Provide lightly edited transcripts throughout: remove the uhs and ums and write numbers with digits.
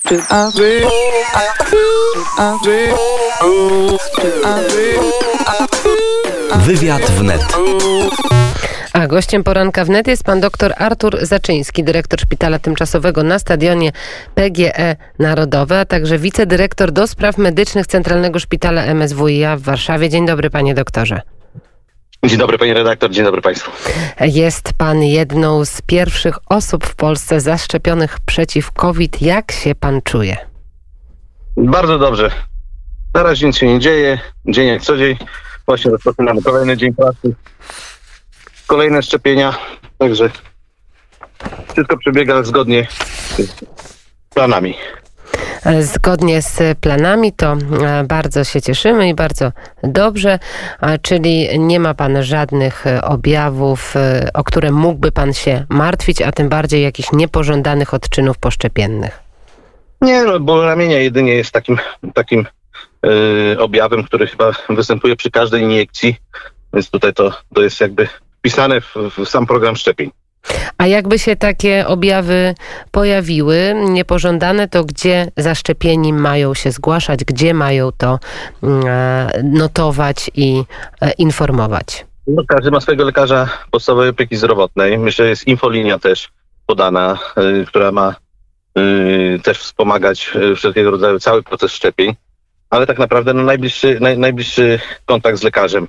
Wywiad wnet. A gościem poranka wnet jest pan dr Artur Zaczyński, dyrektor Szpitala Tymczasowego na Stadionie PGE Narodowe, a także wicedyrektor do spraw medycznych Centralnego Szpitala MSWiA w Warszawie. Dzień dobry, panie doktorze. Dzień dobry, pani redaktor, dzień dobry państwu. Jest pan jedną z pierwszych osób w Polsce zaszczepionych przeciw COVID. Jak się pan czuje? Bardzo dobrze. Na razie nic się nie dzieje. Dzień jak co dzień. Właśnie rozpoczynamy kolejny dzień pracy. Kolejne szczepienia. Także wszystko przebiega zgodnie z planami. Zgodnie z planami, to bardzo się cieszymy i bardzo dobrze, czyli nie ma pan żadnych objawów, o które mógłby pan się martwić, a tym bardziej jakichś niepożądanych odczynów poszczepiennych. Nie, no ból ramienia jedynie jest takim objawem, który chyba występuje przy każdej iniekcji, więc tutaj to jest jakby wpisane w sam program szczepień. A jakby się takie objawy pojawiły niepożądane, to gdzie zaszczepieni mają się zgłaszać, gdzie mają to notować i informować? No, każdy ma swojego lekarza podstawowej opieki zdrowotnej. Myślę, że jest infolinia też podana, która ma też wspomagać wszelkiego rodzaju cały proces szczepień, ale tak naprawdę najbliższy kontakt z lekarzem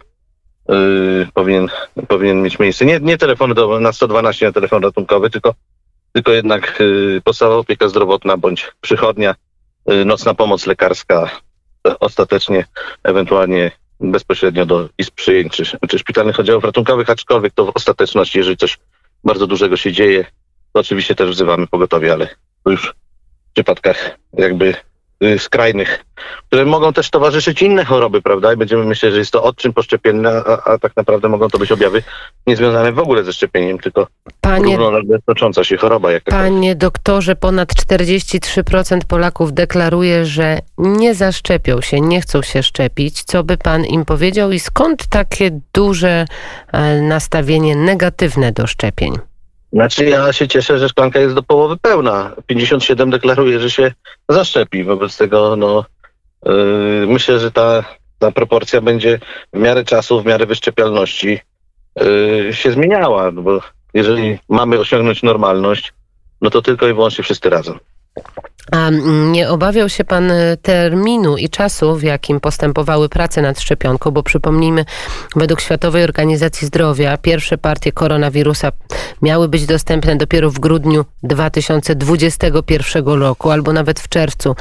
powinien mieć miejsce. Nie telefony na 112, na telefon ratunkowy, tylko jednak podstawowa opieka zdrowotna bądź przychodnia, nocna pomoc lekarska, ostatecznie ewentualnie bezpośrednio do izb przyjęć czy szpitalnych oddziałów ratunkowych, aczkolwiek to w ostateczności, jeżeli coś bardzo dużego się dzieje, to oczywiście też wzywamy pogotowie, ale to już w przypadkach jakby skrajnych, które mogą też towarzyszyć inne choroby, prawda? I będziemy myśleć, że jest to odczyn poszczepienny, a tak naprawdę mogą to być objawy niezwiązane w ogóle ze szczepieniem, tylko równolegle tocząca się choroba. Panie doktorze, ponad 43% Polaków deklaruje, że nie zaszczepią się, nie chcą się szczepić. Co by pan im powiedział i skąd takie duże nastawienie negatywne do szczepień? Znaczy ja się cieszę, że szklanka jest do połowy pełna. 57 deklaruje, że się zaszczepi. Wobec tego myślę, że ta proporcja będzie w miarę czasu, w miarę wyszczepialności się zmieniała. Bo jeżeli mamy osiągnąć normalność, no to tylko i wyłącznie wszyscy razem. A nie obawiał się pan terminu i czasu, w jakim postępowały prace nad szczepionką? Bo przypomnijmy, według Światowej Organizacji Zdrowia pierwsze partie koronawirusa miały być dostępne dopiero w grudniu 2021 roku, albo nawet w czerwcu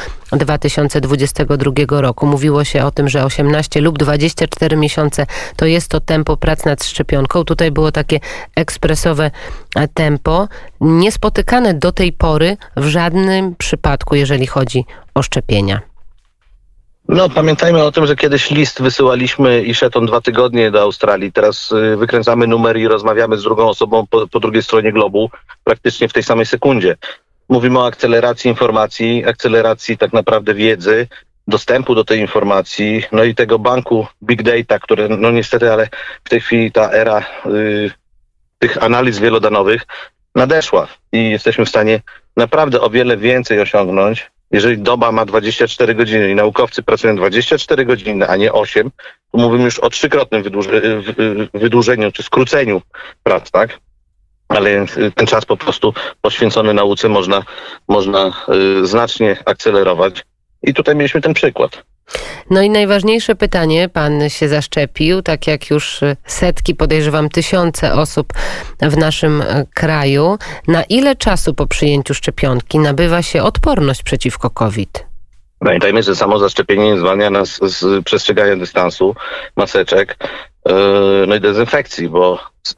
2022 roku. Mówiło się o tym, że 18 lub 24 miesiące to jest to tempo prac nad szczepionką. Tutaj było takie ekspresowe tempo, niespotykane do tej pory w żadnym przypadku, jeżeli chodzi o szczepienia. No, pamiętajmy o tym, że kiedyś list wysyłaliśmy i szedł on 2 tygodnie do Australii. Teraz wykręcamy numer i rozmawiamy z drugą osobą po drugiej stronie globu praktycznie w tej samej sekundzie. Mówimy o akceleracji informacji, akceleracji tak naprawdę wiedzy, dostępu do tej informacji, no i tego banku big data, które no niestety, ale w tej chwili ta era tych analiz wielodanowych nadeszła i jesteśmy w stanie naprawdę o wiele więcej osiągnąć. Jeżeli doba ma 24 godziny i naukowcy pracują 24 godziny, a nie 8, to mówimy już o 3-krotnym wydłużeniu czy skróceniu prac, tak? Ale ten czas po prostu poświęcony nauce można znacznie akcelerować. I tutaj mieliśmy ten przykład. No i najważniejsze pytanie, pan się zaszczepił, tak jak już setki, podejrzewam tysiące osób w naszym kraju. Na ile czasu po przyjęciu szczepionki nabywa się odporność przeciwko COVID? Pamiętajmy, że samo zaszczepienie nie zwalnia nas z przestrzegania dystansu, maseczek, no i dezynfekcji, bo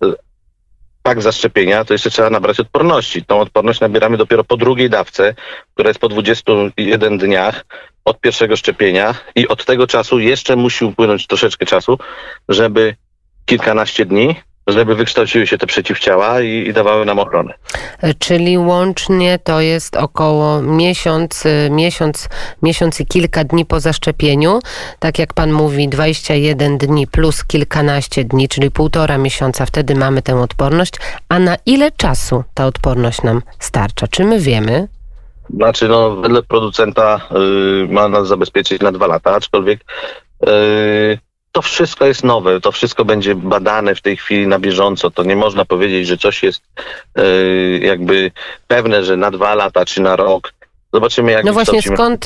tak zaszczepienia to jeszcze trzeba nabrać odporności. Tą odporność nabieramy dopiero po drugiej dawce, która jest po 21 dniach od pierwszego szczepienia i od tego czasu jeszcze musi upłynąć troszeczkę czasu, żeby kilkanaście dni, żeby wykształciły się te przeciwciała i dawały nam ochronę. Czyli łącznie to jest około miesiąc i kilka dni po zaszczepieniu. Tak jak pan mówi, 21 dni plus kilkanaście dni, czyli 1,5 miesiąca, wtedy mamy tę odporność. A na ile czasu ta odporność nam starcza? Czy my wiemy? Znaczy, wedle producenta ma nas zabezpieczyć na 2 lata, aczkolwiek to wszystko jest nowe, to wszystko będzie badane w tej chwili na bieżąco. To nie można powiedzieć, że coś jest jakby pewne, że na 2 lata czy na rok. Zobaczymy, jak... No właśnie,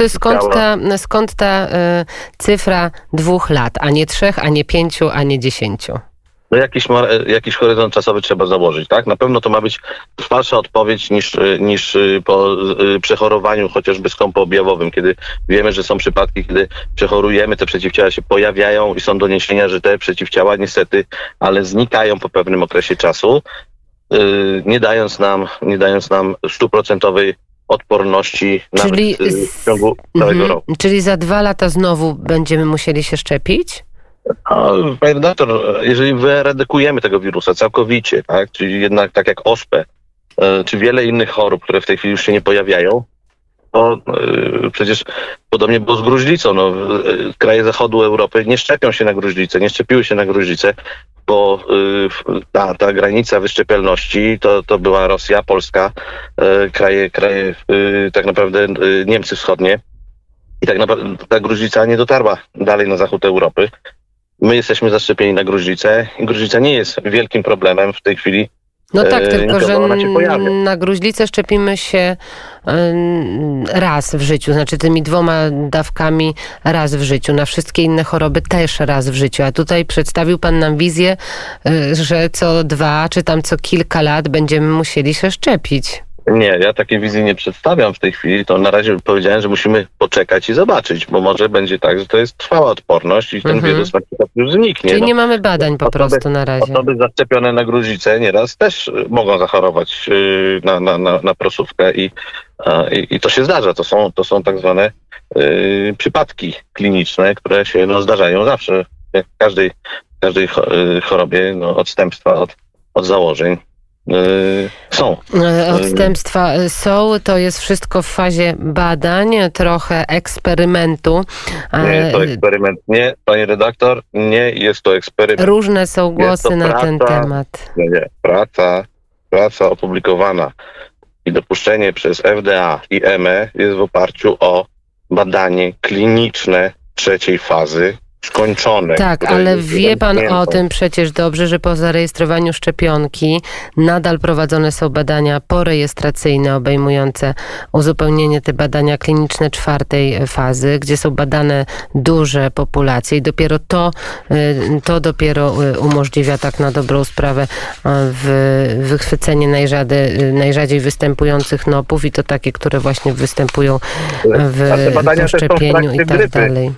skąd ta cyfra 2 lat, a nie 3, a nie 5, a nie 10? No jakiś horyzont czasowy trzeba założyć, tak? Na pewno to ma być trwalsza odpowiedź niż po przechorowaniu chociażby skąpoobjawowym, kiedy wiemy, że są przypadki, kiedy przechorujemy, te przeciwciała się pojawiają i są doniesienia, że te przeciwciała niestety, ale znikają po pewnym okresie czasu, nie dając nam 100% odporności nawet w ciągu całego roku. Czyli za 2 lata znowu będziemy musieli się szczepić? Panie redaktor, jeżeli wyeradykujemy tego wirusa całkowicie, tak, czyli jednak tak jak ospę, czy wiele innych chorób, które w tej chwili już się nie pojawiają, to przecież podobnie było z gruźlicą. Kraje zachodu Europy nie szczepią się na gruźlicę, nie szczepiły się na gruźlicę, bo ta granica wyszczepialności to była Rosja, Polska, kraje tak naprawdę Niemcy Wschodnie. I tak naprawdę ta gruźlica nie dotarła dalej na zachód Europy. My jesteśmy zaszczepieni na gruźlicę i gruźlica nie jest wielkim problemem w tej chwili. No tak, tylko że ona się pojawia. Na gruźlicę szczepimy się raz w życiu, znaczy tymi 2 dawkami raz w życiu. Na wszystkie inne choroby też raz w życiu. A tutaj przedstawił pan nam wizję, że co 2 czy tam co kilka lat będziemy musieli się szczepić. Nie, ja takiej wizji nie przedstawiam w tej chwili. To na razie powiedziałem, że musimy poczekać i zobaczyć, bo może będzie tak, że to jest trwała odporność i ten wirus na przykład już zniknie. Czyli nie mamy badań po prostu na razie. Osoby zaszczepione na gruźlicę nieraz też mogą zachorować na prosówkę i to się zdarza. To są tak zwane przypadki kliniczne, które się zdarzają zawsze. Jak w każdej chorobie odstępstwa od założeń są. Odstępstwa są, to jest wszystko w fazie badań, trochę eksperymentu. Nie jest to eksperyment. Nie, panie redaktor, nie jest to eksperyment. Różne są głosy na ten temat. Nie. Praca opublikowana i dopuszczenie przez FDA i EMA jest w oparciu o badanie kliniczne 3. fazy, skończone. Tak, ale wie pan o tym przecież dobrze, że po zarejestrowaniu szczepionki nadal prowadzone są badania porejestracyjne obejmujące uzupełnienie te badania kliniczne 4. fazy, gdzie są badane duże populacje i dopiero to dopiero umożliwia tak na dobrą sprawę wychwycenie najrzadziej występujących nopów i to takie, które właśnie występują po szczepieniu i tak dalej.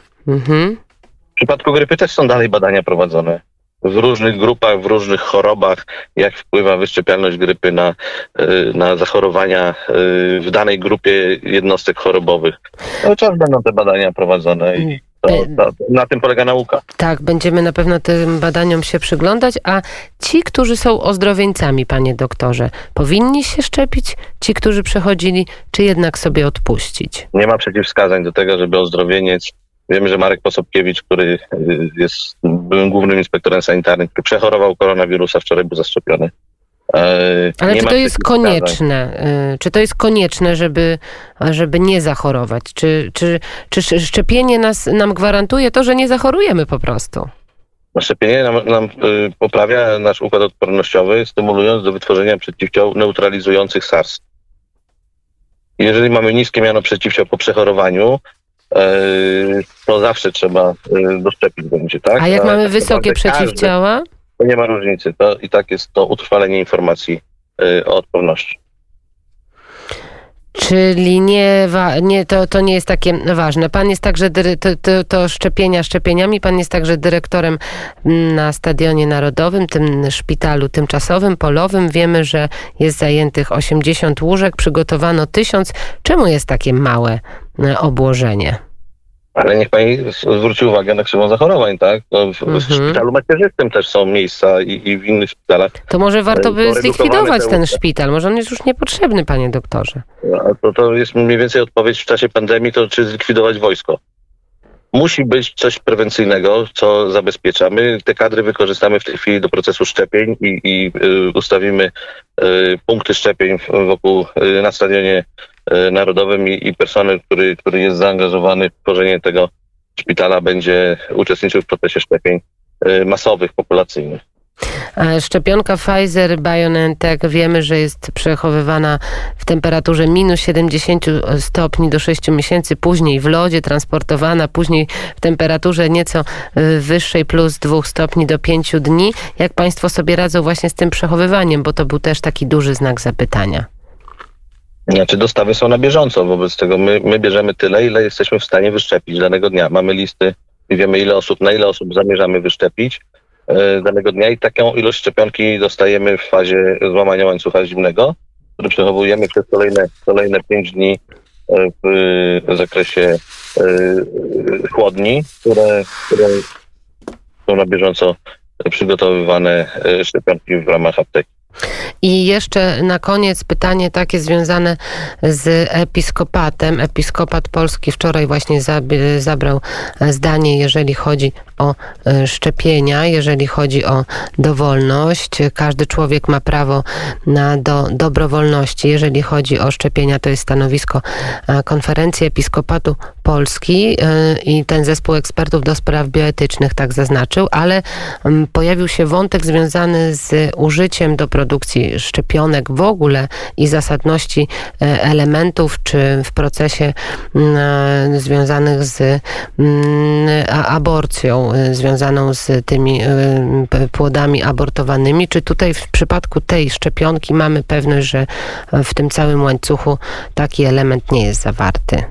W przypadku grypy też są dalej badania prowadzone. W różnych grupach, w różnych chorobach, jak wpływa wyszczepialność grypy na zachorowania w danej grupie jednostek chorobowych. Cały czas będą te badania prowadzone i na tym polega nauka. Tak, będziemy na pewno tym badaniom się przyglądać, a ci, którzy są ozdrowieńcami, panie doktorze, powinni się szczepić? Ci, którzy przechodzili, czy jednak sobie odpuścić? Nie ma przeciwwskazań do tego, żeby ozdrowieniec. Wiemy, że Marek Posobkiewicz, który jest byłym głównym inspektorem sanitarnym, który przechorował koronawirusa, wczoraj był zaszczepiony. Ale czy to jest konieczne? Czy to jest konieczne, żeby nie zachorować? Czy szczepienie nam gwarantuje to, że nie zachorujemy po prostu? Szczepienie nam poprawia nasz układ odpornościowy, stymulując do wytworzenia przeciwciał neutralizujących SARS. Jeżeli mamy niskie miano przeciwciał po przechorowaniu, to zawsze trzeba doszczepić będzie, tak? A jak mamy wysokie przeciwciała? To nie ma różnicy. To i tak jest to utrwalenie informacji o odporności. Czyli to nie jest takie ważne. Pan jest także to szczepieniami, pan jest także dyrektorem na Stadionie Narodowym, tym szpitalu tymczasowym, polowym. Wiemy, że jest zajętych 80 łóżek, przygotowano 1000. Czemu jest takie małe obłożenie? Ale niech pani zwróci uwagę na krzywą zachorowań, tak? W szpitalu macierzystym też są miejsca i w innych szpitalach. To może warto by zlikwidować ten szpital. Może on jest już niepotrzebny, panie doktorze. To jest mniej więcej odpowiedź w czasie pandemii, to czy zlikwidować wojsko. Musi być coś prewencyjnego, co zabezpieczamy. Te kadry wykorzystamy w tej chwili do procesu szczepień i ustawimy punkty szczepień na Stadionie Narodowym i personel, który jest zaangażowany w tworzenie tego szpitala, będzie uczestniczył w procesie szczepień masowych, populacyjnych. Szczepionka Pfizer-BioNTech wiemy, że jest przechowywana w temperaturze minus 70 stopni do 6 miesięcy, później w lodzie transportowana, później w temperaturze nieco wyższej plus 2 stopni do 5 dni. Jak państwo sobie radzą właśnie z tym przechowywaniem, bo to był też taki duży znak zapytania. Znaczy dostawy są na bieżąco, wobec tego my bierzemy tyle, ile jesteśmy w stanie wyszczepić danego dnia. Mamy listy i wiemy na ile osób zamierzamy wyszczepić danego dnia i taką ilość szczepionki dostajemy w fazie złamania łańcucha zimnego, który przechowujemy przez kolejne 5 dni w zakresie chłodni, które są na bieżąco przygotowywane szczepionki w ramach apteki. I jeszcze na koniec pytanie takie związane z episkopatem. Episkopat Polski wczoraj właśnie zabrał zdanie, jeżeli chodzi o szczepienia, jeżeli chodzi o dowolność. Każdy człowiek ma prawo do dobrowolności. Jeżeli chodzi o szczepienia, to jest stanowisko Konferencji Episkopatu Polski i ten zespół ekspertów do spraw bioetycznych tak zaznaczył, ale pojawił się wątek związany z użyciem do produkcji szczepionek w ogóle i zasadności elementów, czy w procesie związanych z aborcją, związaną z tymi płodami abortowanymi. Czy tutaj w przypadku tej szczepionki mamy pewność, że w tym całym łańcuchu taki element nie jest zawarty?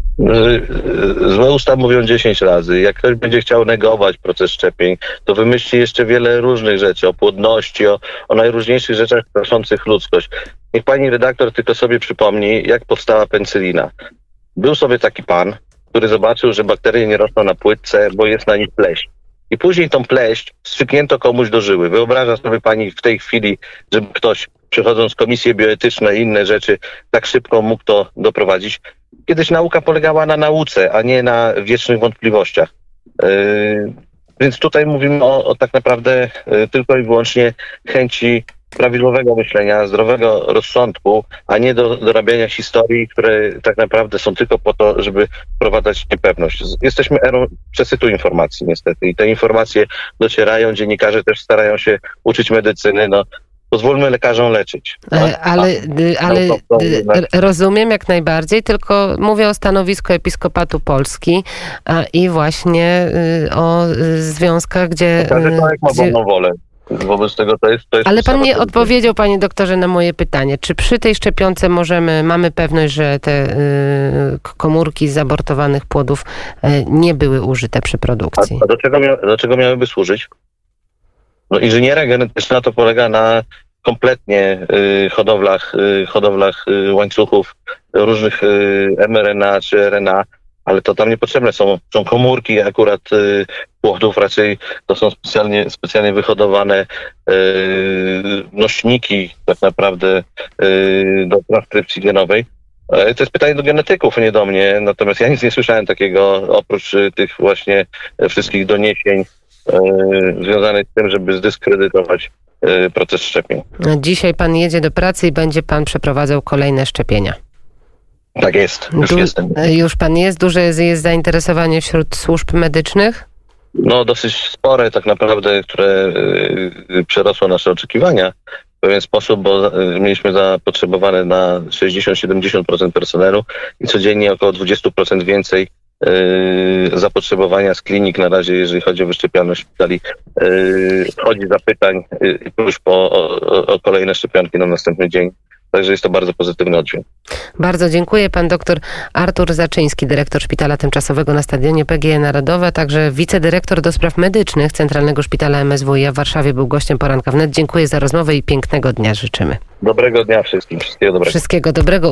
Złe usta mówią 10 razy. Jak ktoś będzie chciał negować proces szczepień, to wymyśli jeszcze wiele różnych rzeczy, o płodności, o najróżniejszych rzeczach straszących ludzkość. Niech pani redaktor tylko sobie przypomni, jak powstała penicylina. Był sobie taki pan, który zobaczył, że bakterie nie rosną na płytce, bo jest na nich pleśń. I później tą pleśń wstrzyknięto komuś do żyły. Wyobraża sobie pani w tej chwili, żeby ktoś, przechodząc komisje bioetyczne i inne rzeczy, tak szybko mógł to doprowadzić? Kiedyś nauka polegała na nauce, a nie na wiecznych wątpliwościach. Więc tutaj mówimy o tak naprawdę tylko i wyłącznie chęci prawidłowego myślenia, zdrowego rozsądku, a nie do dorabiania historii, które tak naprawdę są tylko po to, żeby wprowadzać niepewność. Jesteśmy erą przesytu informacji niestety i te informacje docierają, dziennikarze też starają się uczyć medycyny, pozwólmy lekarzom leczyć. Ale rozumiem jak najbardziej, tylko mówię o stanowisku Episkopatu Polski i właśnie o związkach, gdzie... Każdy człowiek ma wolną wolę. Wobec tego to jest ale pan nie odpowiedział, panie doktorze, na moje pytanie. Czy przy tej szczepionce mamy pewność, że te komórki z abortowanych płodów nie były użyte przy produkcji? A do czego miałyby służyć? Inżynieria genetyczna to polega na kompletnie hodowlach łańcuchów różnych mRNA czy RNA, ale to tam niepotrzebne są komórki akurat płodów, raczej to są specjalnie wyhodowane nośniki tak naprawdę do transkrypcji genowej. To jest pytanie do genetyków, nie do mnie, natomiast ja nic nie słyszałem takiego oprócz tych właśnie wszystkich doniesień związanych z tym, żeby zdyskredytować proces szczepień. Dzisiaj pan jedzie do pracy i będzie pan przeprowadzał kolejne szczepienia. Tak jest, już jestem. Już pan jest? Duże jest zainteresowanie wśród służb medycznych? Dosyć spore tak naprawdę, które przerosło nasze oczekiwania w pewien sposób, bo mieliśmy zapotrzebowane na 60-70% personelu i codziennie około 20% więcej zapotrzebowania z klinik na razie, jeżeli chodzi o wyszczepialność szpitali. Wchodzi zapytań i próśb o kolejne szczepionki na następny dzień. Także jest to bardzo pozytywny oddźwięk. Bardzo dziękuję. Pan doktor Artur Zaczyński, dyrektor Szpitala Tymczasowego na Stadionie PGE Narodowe, a także wicedyrektor do spraw medycznych Centralnego Szpitala MSWiA w Warszawie był gościem Poranka Wnet. Dziękuję za rozmowę i pięknego dnia życzymy. Dobrego dnia wszystkim. Wszystkiego dobrego. Wszystkiego dobrego.